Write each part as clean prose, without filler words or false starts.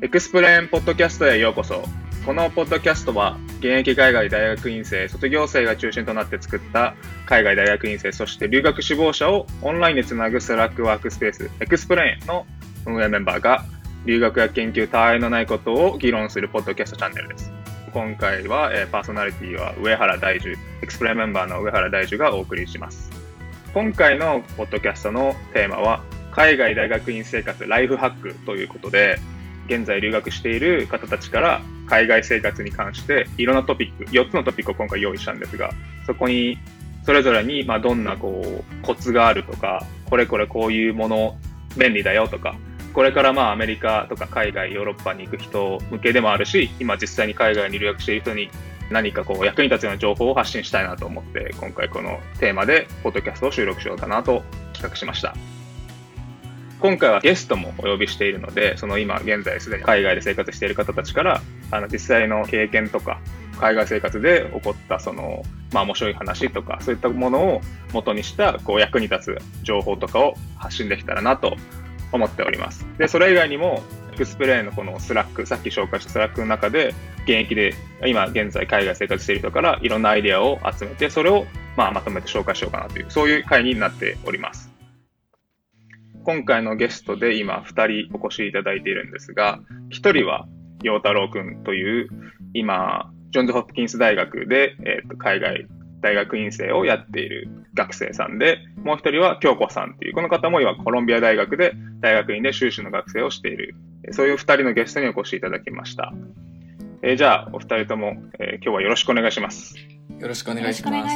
エクスプレーンポッドキャストへようこそ。このポッドキャストは現役海外大学院生、卒業生が中心となって作った海外大学院生、そして留学志望者をオンラインでつなぐスラックワークスペースエクスプレーンの運営メンバーが留学や研究、他愛のないことを議論するポッドキャストチャンネルです。今回はパーソナリティは上原大樹、エクスプレーンメンバーの上原大樹がお送りします。今回のポッドキャストのテーマは海外大学院生活ライフハックということで、現在留学している方たちから海外生活に関していろんなトピック、4つのトピックを今回用意したんですが、そこにそれぞれにどんなコツがあるとか、これこういうもの便利だよとか、これからアメリカとか海外、ヨーロッパに行く人向けでもあるし、今実際に海外に留学している人に何か役に立つような情報を発信したいなと思って、今回このテーマでポッドキャストを収録しようかなと企画しました。今回はゲストもお呼びしているので、その今現在すでに海外で生活している方たちから実際の経験とか海外生活で起こった面白い話とか、そういったものを元にした役に立つ情報とかを発信できたらなと思っております。で、それ以外にもエクスプレーンのこのスラック、さっき紹介したスラックの中で現役で今現在海外生活している人からいろんなアイデアを集めて、それをまとめて紹介しようかなという、そういう回になっております。今回のゲストで今2人お越しいただいているんですが、1人は陽太郎くんという今ジョンズ・ホプキンス大学で、海外大学院生をやっている学生さんで、もう1人は京子さんという、この方も今コロンビア大学で大学院で修士の学生をしている、そういう2人のゲストにお越しいただきました。じゃあお二人とも、今日はよろしくお願いします。 よろしくお願いします。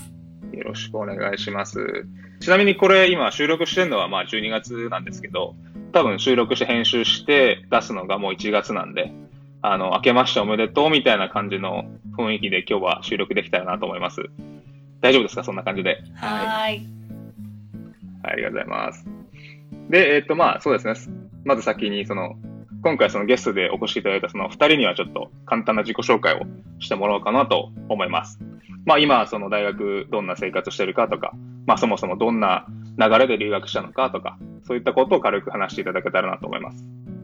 よろしくお願いします。ちなみにこれ今収録してるのは12月なんですけど、多分収録して編集して出すのがもう1月なんで、明けましておめでとうみたいな感じの雰囲気で今日は収録できたらなと思います。大丈夫ですか、そんな感じで。 はい。 ありがとうございます。で、そうですね。まず先に今回ゲストでお越しいただいた2人にはちょっと簡単な自己紹介をしてもらおうかなと思います。今大学どんな生活してるかとか、そもそもどんな流れで留学したのかとか、そういったことを軽く話していただけたらなと思います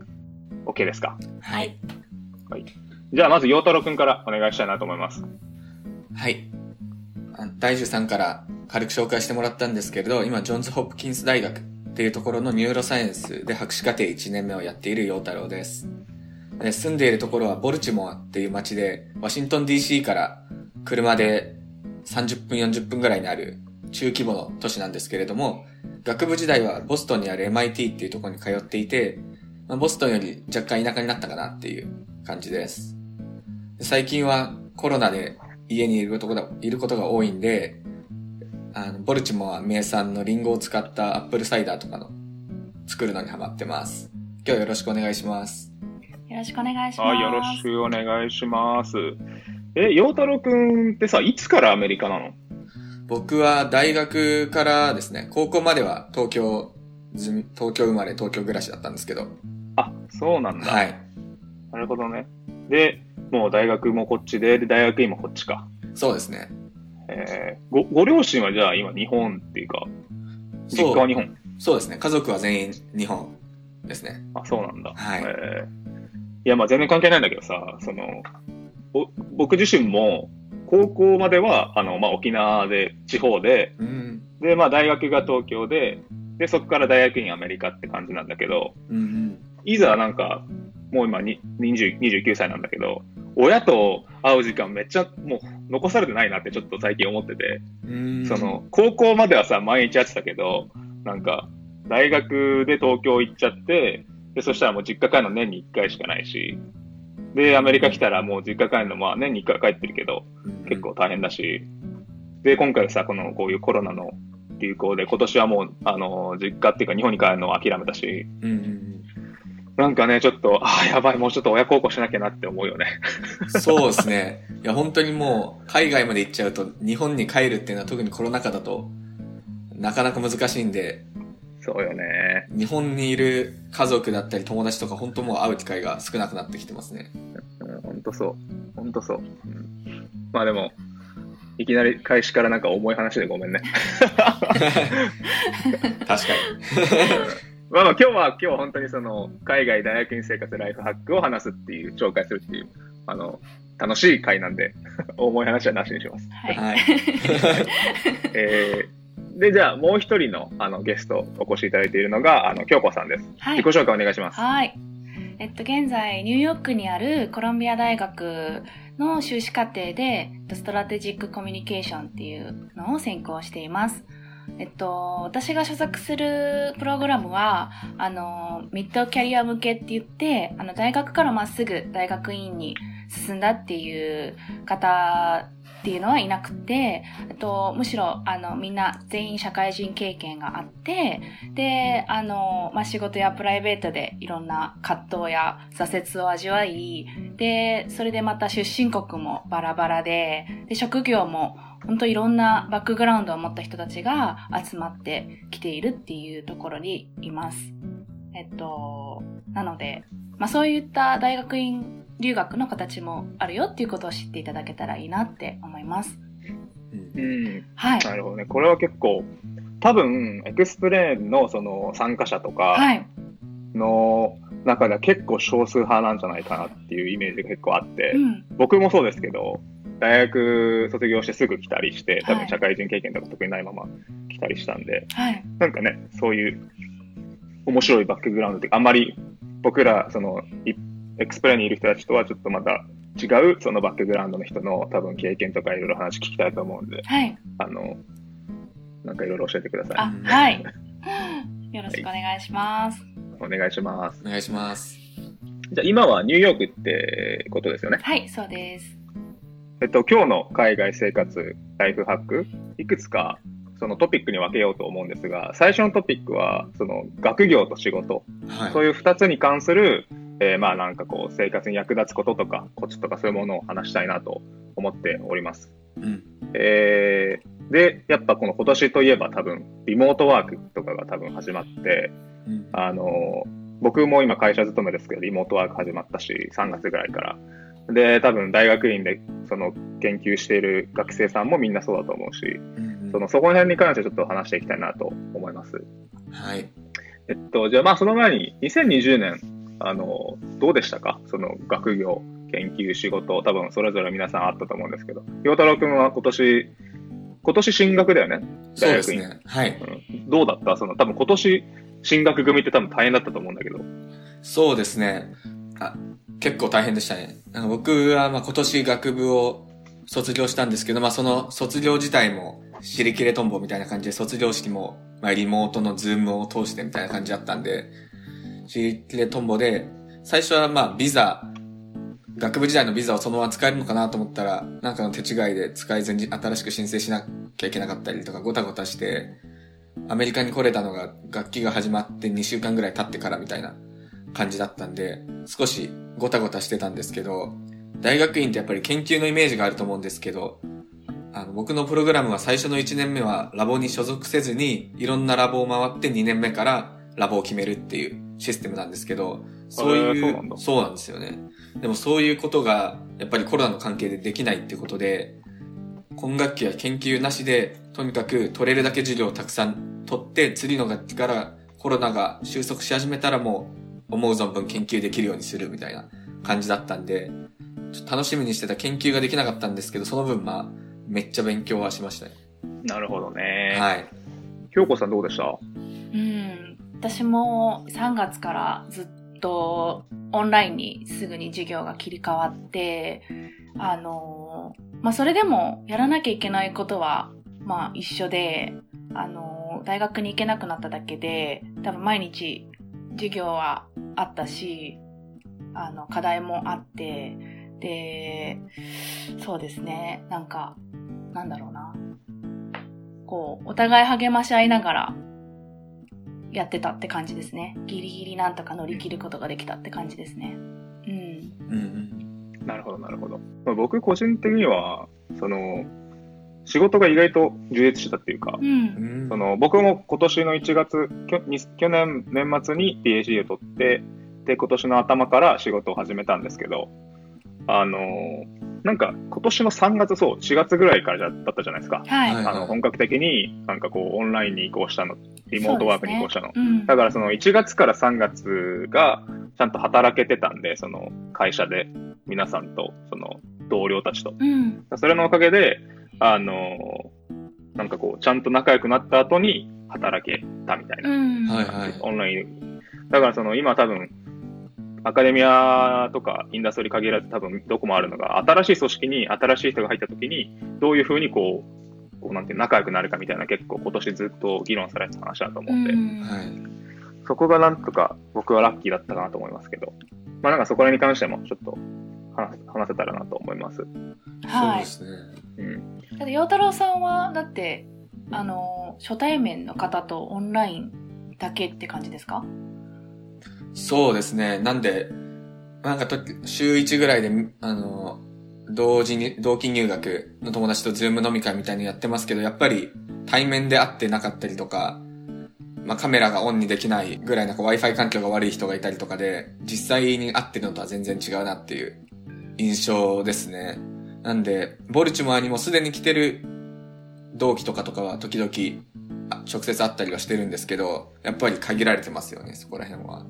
。OK ですか？ はい。 じゃあまず陽太郎くんからお願いしたいなと思います。 はい。大樹さんから軽く紹介してもらったんですけれど、今ジョンズ・ホプキンス大学っていうところのニューロサイエンスで博士課程1年目をやっている陽太郎です。住んでいるところはボルチモアっていう街で、ワシントン DC から車で30分40分ぐらいにある中規模の都市なんですけれども、学部時代はボストンにある MIT っていうところに通っていて、ボストンより若干田舎になったかなっていう感じです。最近はコロナで家にいることが多いんで、ボルチモア名産のリンゴを使ったアップルサイダーとかの作るのにハマってます。今日はよろしくお願いします。 よろしくお願いします。 よろしくお願いします。陽太郎くんっていつからアメリカなの？ 僕は大学からですね、高校までは東京生まれ、東京暮らしだったんですけど。 あ、そうなんだ。 はい。 なるほどね。で、もう大学もこっちで、大学院もこっちか。 そうですね。 ご両親はじゃあ今日本っていうか、実家は日本？ そうですね。家族は全員日本ですね。 あ、そうなんだ。 はい。 いや、全然関係ないんだけどさ、僕自身も高校までは沖縄で地方で、で大学が東京で、そこから大学院アメリカって感じなんだけど、いざもう今29歳なんだけど、親と会う時間めっちゃもう残されてないなってちょっと最近思ってて、高校まではさ毎日やってたけど、大学で東京行っちゃって、でそしたらもう実家帰るの年に1回しかないし、でアメリカ来たらもう実家帰るの年に1回帰ってるけど結構大変だし、で今回さこういうコロナの流行で今年はもう実家っていうか日本に帰るのを諦めたし、ちょっとやばい、もうちょっと親孝行しなきゃなって思うよね。 そうですね。いや本当にもう海外まで行っちゃうと日本に帰るっていうのは特にコロナ禍だとなかなか難しいんで。 そうよね。 日本にいる家族だったり友達とか本当もう会う機会が少なくなってきてますね。 本当そう。でもいきなり開始から重い話でごめんね。 確かに。 今日は本当にその海外大学院生活ライフハックを話すっていう、紹介するっていう、楽しい回なんで、重い話はなしにします。 はい。 で、じゃあもう一人のゲストお越しいただいているのが、京子さんです。 はい。 自己紹介お願いします。 はい。現在、ニューヨークにあるコロンビア大学の修士課程で、ストラテジックコミュニケーションっていうのを専攻しています。私が所属するプログラムは、ミッドキャリア向けって言って、大学からまっすぐ大学院に進んだっていう方っていうのはいなくて、むしろ、みんな全員社会人経験があって、で、仕事やプライベートでいろんな葛藤や挫折を味わい、で、それでまた出身国もバラバラで、職業も本当いろんなバックグラウンドを持った人たちが集まってきているっていうところにいます。なので、そういった大学院留学の形もあるよっていうことを知っていただけたらいいなって思います。はい。 なるほどね。これは結構、多分、エクスプレーンのその参加者とかの中では結構少数派なんじゃないかなっていうイメージが結構あって、僕もそうですけど、大学卒業してすぐ来たりして、多分社会人経験とか特にないまま来たりしたんで、なんかね、そういう面白いバックグラウンドで、あんまり僕ら、その、エクスプレイにいる人たちとはちょっとまた違う、そのバックグラウンドの人の多分経験とかいろいろ話聞きたいと思うんで、なんかいろいろ教えてください。 はい。よろしくお願いします。 お願いします。 お願いします。 じゃあ今はニューヨークってことですよね。 はい、そうです。 今日の海外生活ライフハック、いくつかそのトピックに分けようと思うんですが、最初のトピックはその学業と仕事、そういう2つに関する、なんかこう生活に役立つこととかコツとかそういうものを話したいなと思っております。で、やっぱこの今年といえば多分リモートワークとかが多分始まって、僕も今会社勤めですけどリモートワーク始まったし、3月ぐらいから。で、多分大学院でその研究している学生さんもみんなそうだと思うし、そこら辺に関してちょっと話していきたいなと思います。 はい。 じゃあその前に2020年、どうでしたか？その学業、研究、仕事、多分それぞれ皆さんあったと思うんですけど、陽太郎くんは今年進学だよね？ そうですね。はい。 どうだった？多分今年進学組って多分大変だったと思うんだけど。 そうですね。結構大変でしたね。僕は今年学部を卒業したんですけど、その卒業自体も尻切れトンボみたいな感じで、卒業式もリモートのズームを通してみたいな感じだったんで、尻切れトンボで、最初はビザ、学部時代のビザをそのまま使えるのかなと思ったら、なんかの手違いで使えずに新しく申請しなきゃいけなかったりとかごたごたして、アメリカに来れたのが学期が始まって2週間ぐらい経ってからみたいな感じだったんで、少しごたごたしてたんですけど、大学院ってやっぱり研究のイメージがあると思うんですけど、僕のプログラムは最初の1年目はラボに所属せずにいろんなラボを回って2年目からラボを決めるっていうシステムなんですけど、そうなんですよね。でもそういうことがやっぱりコロナの関係でできないってことで、今学期は研究なしでとにかく取れるだけ授業をたくさん取って、次の学期からコロナが収束し始めたらもう思う存分研究できるようにするみたいな感じだったんで、ちょっと楽しみにしてた研究ができなかったんですけど、その分めっちゃ勉強はしましたね。 なるほどね。 はい。 京子さんどうでした？ 私も3月からずっとオンラインにすぐに授業が切り替わって、それでもやらなきゃいけないことは一緒で、大学に行けなくなっただけで、多分毎日授業はあったし、課題もあって、で、そうですね、なんだろうな。お互い励まし合いながらやってたって感じですね。ギリギリなんとか乗り切ることができたって感じですね。 なるほど、なるほど。僕個人的には、仕事が意外と充実してたっていうか、僕も今年の1月、去年年末に PhD を取って、で、今年の頭から仕事を始めたんですけど、 なんか今年の3月、そう、4月ぐらいからだったじゃないですか。 はい。 本格的になんかこうオンラインに移行したの、リモートワークに移行したの。 そうですね。うん。 だからその1月から3月がちゃんと働けてたんで、その会社で皆さんと、その同僚たちと。 うん。 それのおかげで、なんかこう、ちゃんと仲良くなった後に働けたみたいな。 うん。 はいはい。 オンライン。だからその今多分、アカデミアとかインダストリー限らず多分どこもあるのが、新しい組織に新しい人が入った時に、どういうふうにこうなんて仲良くなるかみたいな結構今年ずっと議論されてた話だと思うんで、 はい。 そこがなんとか僕はラッキーだったかなと思いますけど、まあなんかそこらに関してもちょっと話せたらなと思います。 はい。 そうですね。 うん。 だって陽太郎さんはだって初対面の方とオンラインだけって感じですか？ そうですね。なんで、なんか週1ぐらいで、同期入学の友達とズーム飲み会みたいにやってますけど、やっぱり対面で会ってなかったりとか、まあカメラがオンにできないぐらいなんか Wi-Fi 環境が悪い人がいたりとかで、実際に会ってるのとは全然違うなっていう印象ですね。なんで、ボルチモアにもすでに来てる同期とかは時々直接会ったりはしてるんですけど、やっぱり限られてますよね、そこら辺は。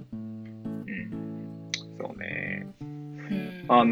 そうね。 うん。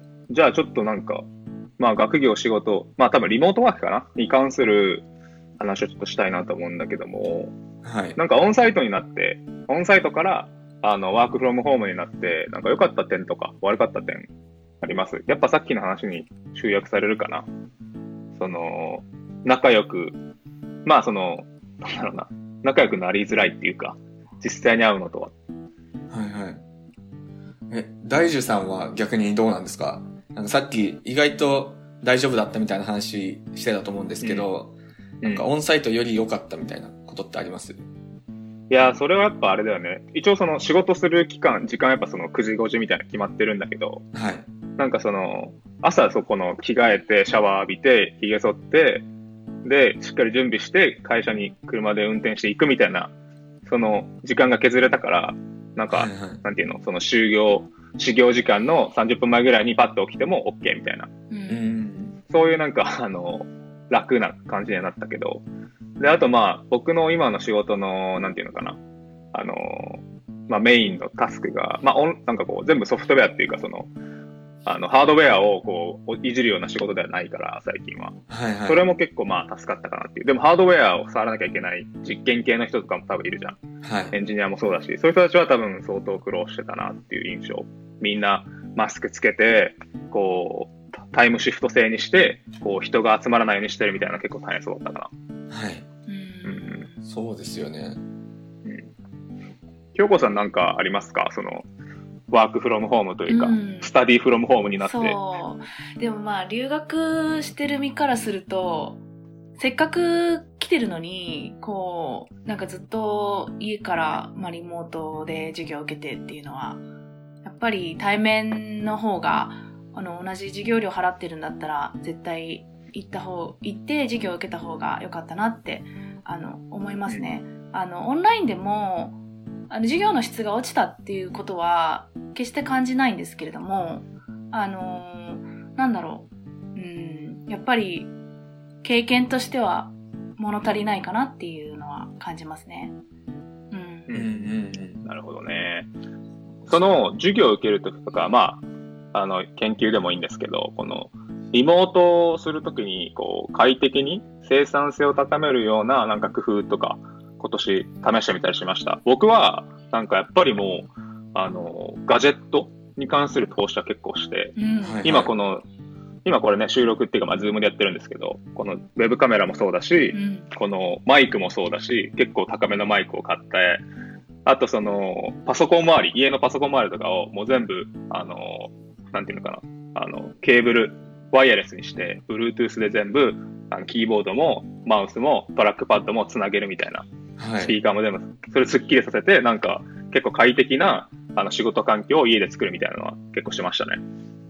じゃあちょっとなんか、まあ学業仕事、まあ多分リモートワークかなに関する話をちょっとしたいなと思うんだけども、 はい。 なんかオンサイトになって、オンサイトからワークフロムホームになって、なんか良かった点とか悪かった点あります？やっぱさっきの話に集約されるかな。その、仲良く、まあその、なんだろうな、仲良くなりづらいっていうか、実際に会うのとは。 はいはい。大樹さんは逆にどうなんですか？なんかさっき意外と大丈夫だったみたいな話してたと思うんですけど、なんかオンサイトより良かったみたいなことってあります？ いや、それはやっぱあれだよね。一応その仕事する時間やっぱその9時5時みたいな決まってるんだけど、 はい。 なんかその、朝そこの着替えてシャワー浴びて、髭剃って、で、しっかり準備して会社に車で運転していくみたいな、その時間が削れたから、なんか、 はいはい、 なんていうの、その始業時間の30分前ぐらいにパッと起きても OK みたいな。そういうなんか、楽な感じにはなったけど、で、あとまあ、僕の今の仕事の、なんていうのかな、まあメインのタスクが、まあなんかこう、全部ソフトウェアっていうか、その、ハードウェアをこう、いじるような仕事ではないから、最近は。 はいはい。 それも結構まあ助かったかなっていう。でもハードウェアを触らなきゃいけない実験系の人とかも多分いるじゃん。 はい。 エンジニアもそうだし、そういう人たちは多分相当苦労してたなっていう印象。みんなマスクつけて、こう、タイムシフト制にして、こう、人が集まらないようにしてるみたいな結構大変そうだったかな。 はい。そうですよね。 京子さんなんかありますか？その、ワークフロムホームというか、スタディフロムホームになって。 そう。でもまあ、留学してる身からすると、せっかく来てるのに、こう、なんかずっと家から、まあ、リモートで授業を受けてっていうのは、やっぱり対面の方が、同じ授業料払ってるんだったら、絶対行って授業を受けた方が良かったなって、思いますね。オンラインでも、授業の質が落ちたっていうことは決して感じないんですけれども、なんだろう、やっぱり経験としては物足りないかなっていうのは感じますね。 なるほどね。その授業を受けるときとか、まあ、研究でもいいんですけど、このリモートをするときにこう快適に生産性を高めるようななんか工夫とか、今年試してみたりしました。僕はなんかやっぱりもうガジェットに関する投資は結構して、今これね収録っていうかまあズームでやってるんですけど、このウェブカメラもそうだし、このマイクもそうだし、結構高めのマイクを買って、あとそのパソコン周り、家のパソコン周りとかをもう全部なんていうのかな、ケーブルワイヤレスにして Bluetooth で全部キーボードもマウスもトラックパッドもつなげるみたいな。スピーカーも全部、それスッキリさせて、なんか、結構快適な、仕事環境を家で作るみたいなのは結構しましたね。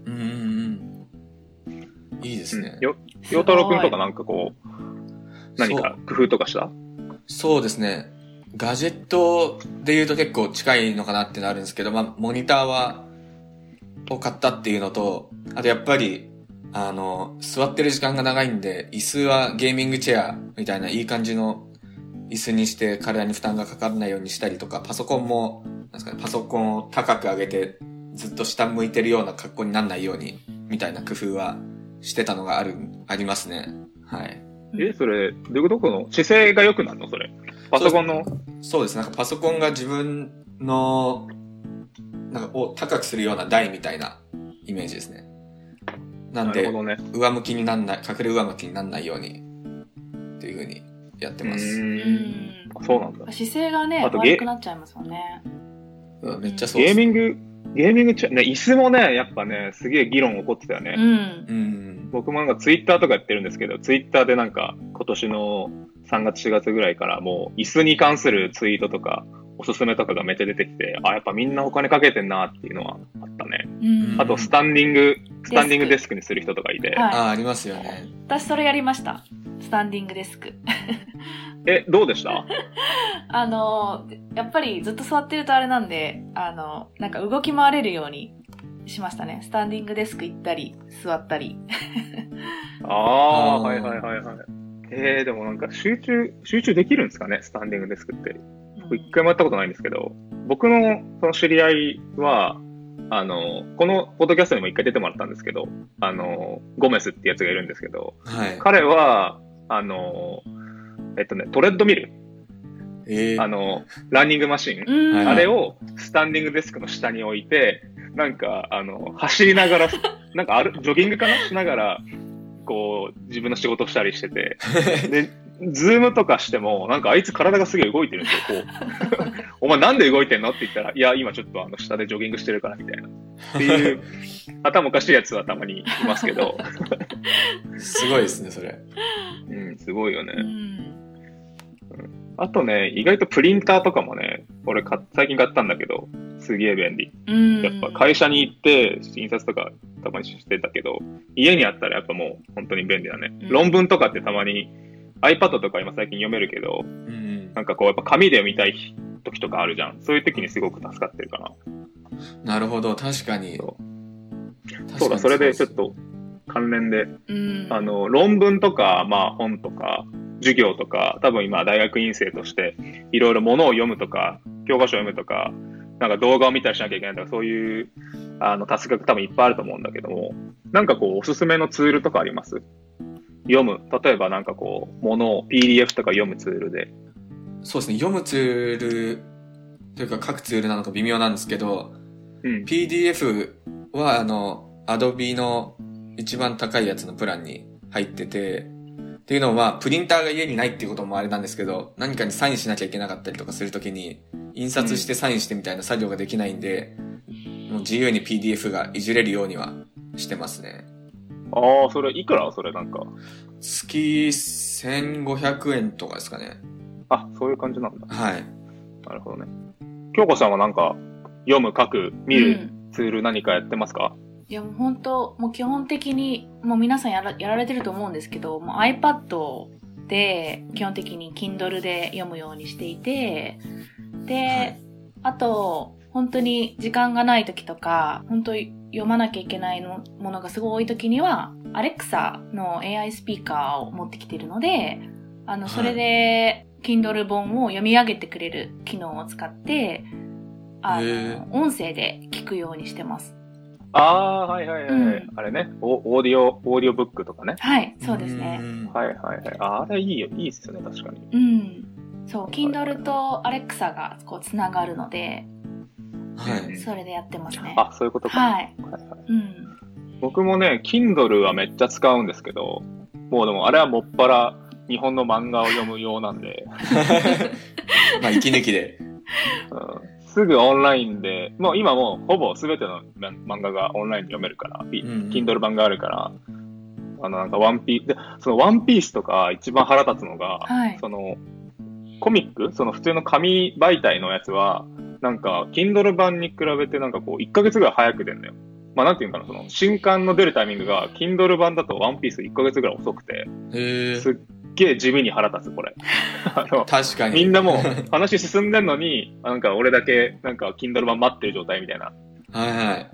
いいですね。 陽太郎くんとかなんかこう、何か工夫とかした？ そうですね。ガジェットで言うと結構近いのかなってなるんですけど、まあ、モニターを買ったっていうのと、あとやっぱり、 座ってる時間が長いんで、椅子はゲーミングチェアみたいないい感じの椅子にして体に負担がかからないようにしたりとか、パソコンも、なんですかね、パソコンを高く上げてずっと下向いてるような格好にならないように、みたいな工夫はしてたのがありますね。はい。 それ、どういうこと？この姿勢が良くなるのそれ。パソコンの。 そうです。なんかパソコンが自分の、なんかを高くするような台みたいなイメージですね。なんで、ね、上向きになんない、隠れ上向きになんないようにっていう風にやってます。 そうなんだ。 姿勢がね、悪くなっちゃいますもんね。 めっちゃそうです。 ゲーミングチェア、ね、椅子もね、やっぱね、すげえ議論起こってたよね。僕もなんかツイッターとかやってるんですけど、ツイッターでなんか今年の3月4月ぐらいからもう椅子に関するツイートとかおすすめとかがめっちゃ出てきて、やっぱみんなお金かけてんなっていうのはあったね。あとスタンディングデスクにする人とかいて。 ありますよね。 私それやりました。スタンディングデスク。 どうでした？ やっぱりずっと座ってるとあれなんで、なんか動き回れるようにしましたね。スタンディングデスク行ったり、座ったり。 はいはいはいはい。でもなんか集中できるんですかね、スタンディングデスクって。一回もやったことないんですけど、僕のその知り合いは、このポッドキャストにも一回出てもらったんですけど、ゴメスってやつがいるんですけど、 はい、 彼は、トレッドミル、ランニングマシン、あれをスタンディングデスクの下に置いて、なんか、走りながら、なんかジョギングかなしながら、こう、自分の仕事したりしてて、で、ズームとかしても、なんかあいつ体がすげえ動いてるんですよ、こう。お前なんで動いてんのって言ったら、いや、今ちょっと下でジョギングしてるから、みたいな。っていう、頭おかしいやつはたまにいますけど。 すごいですね、それ。 すごいよね。あとね、意外とプリンターとかもね、俺最近買ったんだけど、すげえ便利。やっぱ会社に行って印刷とかたまにしてたけど、家にあったらやっぱもう本当に便利だね。論文とかってたまに iPad とか今最近読めるけど、なんかこうやっぱ紙で読みたい時とかあるじゃん。そういう時にすごく助かってるかな。なるほど、確かに。 そうだ、それでちょっと関連で、論文とか、本とか、授業とか、多分今大学院生としていろいろ物を読むとか、教科書を読むとか、なんか動画を見たりしなきゃいけないとか、そういうタスクが多分いっぱいあると思うんだけども、なんかこうおすすめのツールとかあります？読む。例えばなんかこう、物を PDF とか読むツールで。 そうですね、読むツールというか書くツールなのか微妙なんですけど、PDF はAdobe の一番高いやつのプランに入ってて、っていうのは、プリンターが家にないっていうこともあれなんですけど、何かにサインしなきゃいけなかったりとかするときに、印刷してサインしてみたいな作業ができないんで、もう自由に PDF がいじれるようにはしてますね。 それいくら？それなんか。 月1500円とかですかね。 そういう感じなんだ。 はい。 なるほどね。京子さんはなんか、読む、書く、見るツール何かやってますか？ いやもう本当、もう基本的に、もう皆さんやられてると思うんですけど、もう iPad で基本的に Kindle で読むようにしていて、で、あと、本当に時間がない時とか、本当読まなきゃいけないものがすごい多い時には、Alexa の AI スピーカーを持ってきてるので、それで Kindle 本を読み上げてくれる機能を使って、音声で聞くようにしてます。 はいはいはい。あれね、オーディオブックとかね。 はい、そうですね。 はいはいはい。あれいいっすよね、確かに。 そう、Kindle と Alexa がこうつながるので、 はい。 それでやってますね。 そういうことか。 はい。 僕もね、Kindle はめっちゃ使うんですけど、もうでもあれはもっぱら日本の漫画を読むようなんで。 息抜きで。 すぐオンラインで、もう今もうほぼ全ての漫画がオンラインで読めるから、Kindle 版があるから、なんかワンピース、で、そのワンピースとか一番腹立つのが、その、コミック、その普通の紙媒体のやつは、なんか、Kindle 版に比べてなんかこう、1ヶ月ぐらい早く出るんだよ。なんていうかな、その、新刊の出るタイミングが、Kindle 版だとワンピース1ヶ月ぐらい遅くて、すっげえ地味に腹立つ、これ。 確かに。 みんなもう話進んでんのに、なんか俺だけ、なんか Kindle 版待ってる状態みたいな。 はいはい。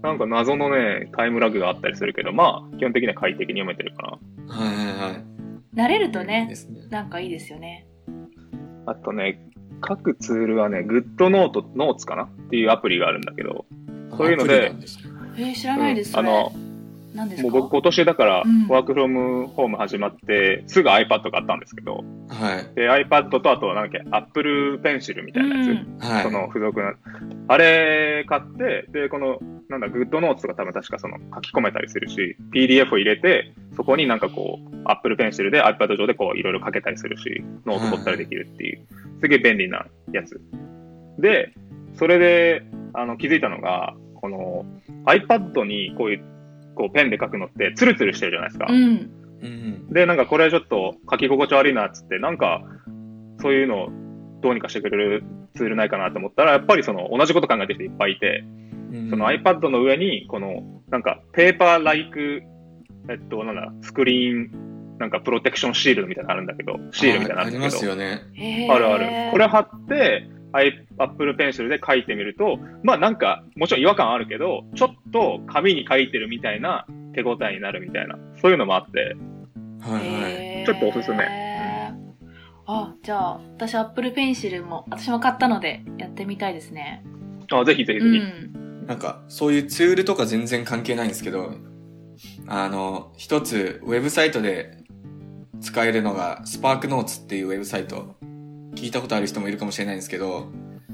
なんか謎のね、タイムラグがあったりするけど、まあ、基本的には快適に読めてるかな。 はいはいはい。 慣れるとね、 ですね。 なんかいいですよね。 あとね、各ツールはね、グッドノーツかなっていうアプリがあるんだけど、そういうので、 知らないです、それ。何ですか？ もう僕今年だから、 うん、 ワークフロムホーム始まって、すぐ iPad 買ったんですけど、 はい。 で、iPad とあと、なんだっけ、Apple Pencil みたいなやつ、 はい。 その付属の、あれ買って、で、この、なんだ、グッドノーツとか多分確かその書き込めたりするし、PDF を入れて、そこになんかこう、Apple Pencil で iPad 上でこう、いろいろ書けたりするし、ノート取ったりできるっていう、すげえ便利なやつ。で、それで、気づいたのが、この iPad にこういう、こうペンで書くのってツルツルしてるじゃないですか。で、なんかこれちょっと書き心地悪いなっつって、なんかそういうのをどうにかしてくれるツールないかなと思ったら、やっぱりその同じこと考えてる人いっぱいいて、その iPad の上にこのなんかペーパーライク、なんだ、スクリーンなんかプロテクションシールドみたいなのあるんだけど、シールみたいなのあるんだけど、 ありますよね。 あるある。これ貼って、Apple Pencil で書いてみると、まあなんか、もちろん違和感あるけど、ちょっと紙に書いてるみたいな手応えになるみたいな、そういうのもあって、 はいはい。 ちょっとおすすめ。 あ、じゃあ、私 Apple Pencil も、私も買ったので、やってみたいですね。 あ、ぜひぜひぜひ。 なんか、そういうツールとか全然関係ないんですけど、一つ、ウェブサイトで使えるのが、スパークノーツっていうウェブサイト。聞いたことある人もいるかもしれないんですけど、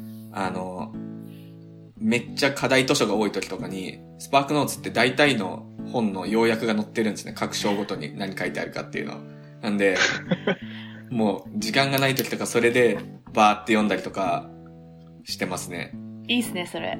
めっちゃ課題図書が多い時とかに、スパークノーツって大体の本の要約が載ってるんですね。各章ごとに何書いてあるかっていうの。なんで、もう時間がない時とかそれでバーって読んだりとかしてますね。 いいっすね、それ。 はい。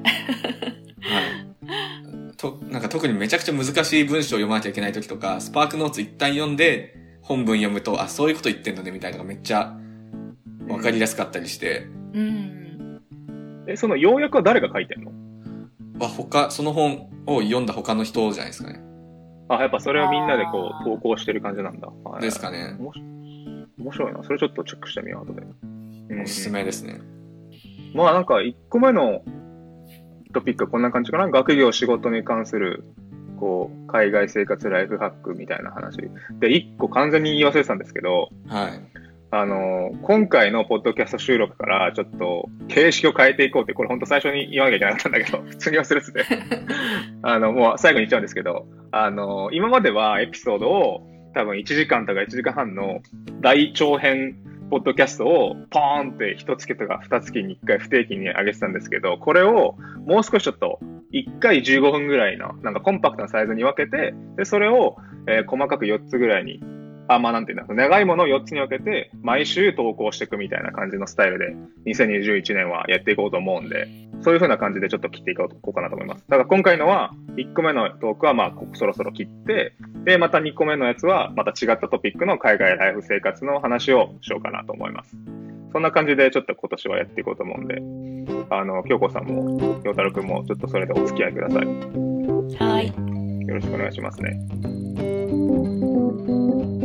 なんか特にめちゃくちゃ難しい文章を読まなきゃいけない時とか、スパークノーツ一旦読んで本文読むと、あ、そういうこと言ってんのねみたいなのがめっちゃわかりやすかったりして。 その要約は誰が書いてんの？ その本を読んだ他の人じゃないですかね。 あ、やっぱそれをみんなでこう投稿してる感じなんだ。 ですかね。 面白いな。それちょっとチェックしてみよう、後で。 おすすめですね。 まあなんか1個目のトピックはこんな感じかな。学業仕事に関するこう海外生活ライフハックみたいな話で、1個完全に言い忘れてたんですけど、 はい。 今回のポッドキャスト収録からちょっと形式を変えていこうって、これ本当最初に言わなきゃいけなかったんだけど、普通に忘れててもう最後に言っちゃうんですけど、今まではエピソードを多分1時間とか1時間半の大長編ポッドキャストをポーンって1月とか2月に1回不定期に上げてたんですけど、これをもう少しちょっと1回15分ぐらいのなんかコンパクトなサイズに分けて、でそれを、細かく4つぐらいに、まあなんていうんだ、長いものを4つに分けて毎週投稿していくみたいな感じのスタイルで2021年はやっていこうと思うんで、そういう風な感じでちょっと切っていこうかなと思います。だから今回のは1個目のトークはまあそろそろ切って、でまた2個目のやつはまた違ったトピックの海外ライフ生活の話をしようかなと思います。そんな感じでちょっと今年はやっていこうと思うんで、京子さんも陽太郎くんもちょっとそれでお付き合いください。 はい。 よろしくお願いしますね。